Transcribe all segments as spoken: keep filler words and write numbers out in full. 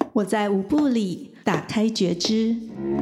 我在舞步里打开觉知，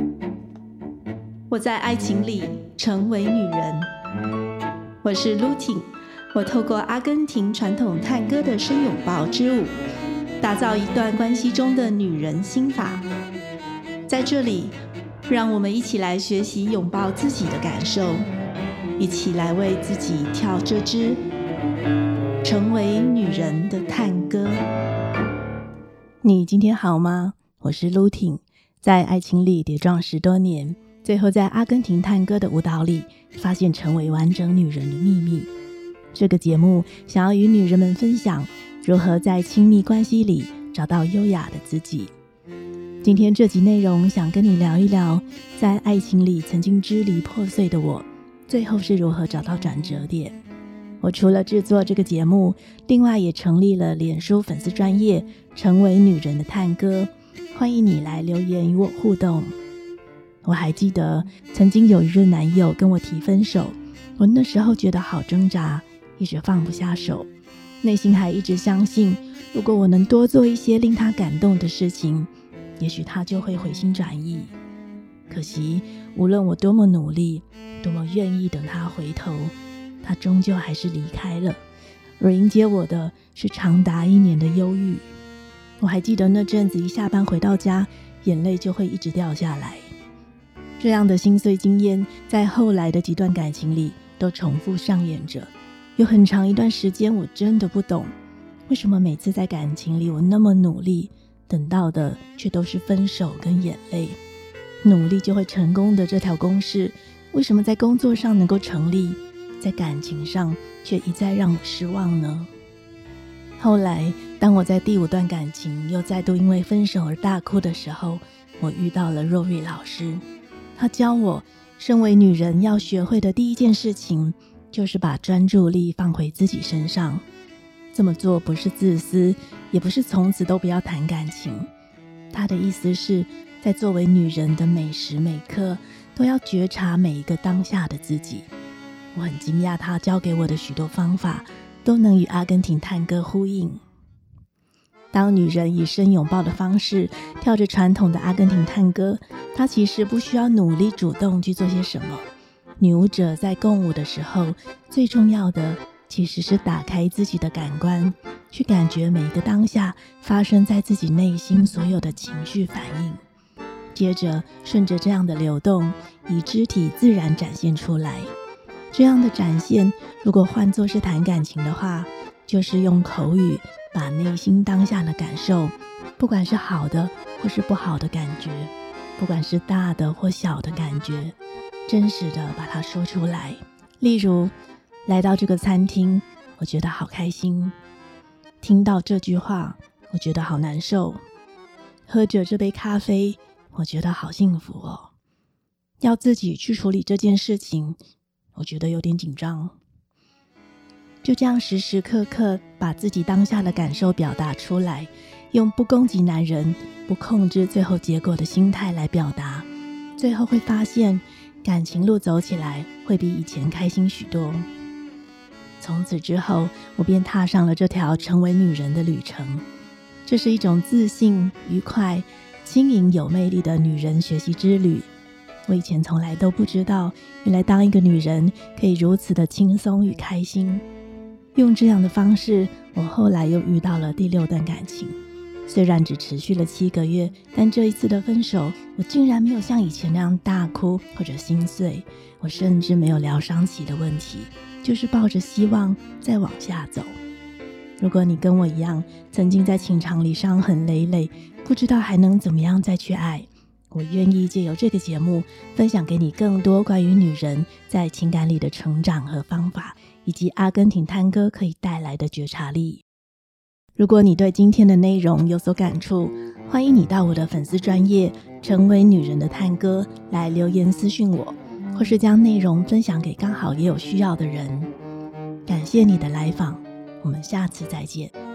我在爱情里成为女人。我是 Lutin， 我透过阿根廷传统探戈的深拥抱之舞，打造一段关系中的女人心法。在这里，让我们一起来学习拥抱自己的感受，一起来为自己跳这支成为女人的探戈。你今天好吗？我是 Lutin， 在爱情里跌撞十多年，最后在阿根廷探戈的舞蹈里发现成为完整女人的秘密。这个节目想要与女人们分享如何在亲密关系里找到优雅的自己。今天这集内容想跟你聊一聊，在爱情里曾经支离破碎的我，最后是如何找到转折点。我除了制作这个节目，另外也成立了脸书粉丝专页成为女人的探戈，欢迎你来留言与我互动。我还记得曾经有一任男友跟我提分手，我那时候觉得好挣扎，一直放不下手，内心还一直相信，如果我能多做一些令他感动的事情，也许他就会回心转意。可惜无论我多么努力，多么愿意等他回头，他终究还是离开了，而迎接我的是长达一年的忧郁。我还记得那阵子一下班回到家，眼泪就会一直掉下来。这样的心碎经验在后来的几段感情里都重复上演着。有很长一段时间我真的不懂，为什么每次在感情里我那么努力，等到的却都是分手跟眼泪。努力就会成功的这条公式，为什么在工作上能够成立，在感情上却一再让我失望呢？后来当我在第五段感情又再度因为分手而大哭的时候，我遇到了若瑞老师。他教我，身为女人要学会的第一件事情，就是把专注力放回自己身上。这么做不是自私，也不是从此都不要谈感情。他的意思是，在作为女人的每时每刻，都要觉察每一个当下的自己。我很惊讶他教给我的许多方法都能与阿根廷探戈呼应。当女人以深拥抱的方式跳着传统的阿根廷探戈，她其实不需要努力主动去做些什么。女舞者在共舞的时候，最重要的其实是打开自己的感官，去感觉每一个当下发生在自己内心所有的情绪反应，接着顺着这样的流动，以肢体自然展现出来。这样的展现，如果换作是谈感情的话，就是用口语把内心当下的感受，不管是好的或是不好的感觉，不管是大的或小的感觉，真实的把它说出来。例如，来到这个餐厅，我觉得好开心；听到这句话，我觉得好难受；喝着这杯咖啡，我觉得好幸福哦。要自己去处理这件事情，我觉得有点紧张。就这样时时刻刻把自己当下的感受表达出来，用不攻击男人、不控制最后结果的心态来表达，最后会发现感情路走起来会比以前开心许多。从此之后，我便踏上了这条成为女人的旅程。这是一种自信、愉快、轻盈有魅力的女人学习之旅。我以前从来都不知道，原来当一个女人可以如此的轻松与开心。用这样的方式，我后来又遇到了第六段感情。虽然只持续了七个月，但这一次的分手，我竟然没有像以前那样大哭或者心碎，我甚至没有疗伤期的问题，就是抱着希望再往下走。如果你跟我一样，曾经在情场里伤痕累累，不知道还能怎么样再去爱，我愿意借由这个节目分享给你更多关于女人在情感里的成长和方法，以及阿根廷探戈可以带来的觉察力。如果你对今天的内容有所感触，欢迎你到我的粉丝专页成为女人的探戈来留言私讯我，或是将内容分享给刚好也有需要的人。感谢你的来访，我们下次再见。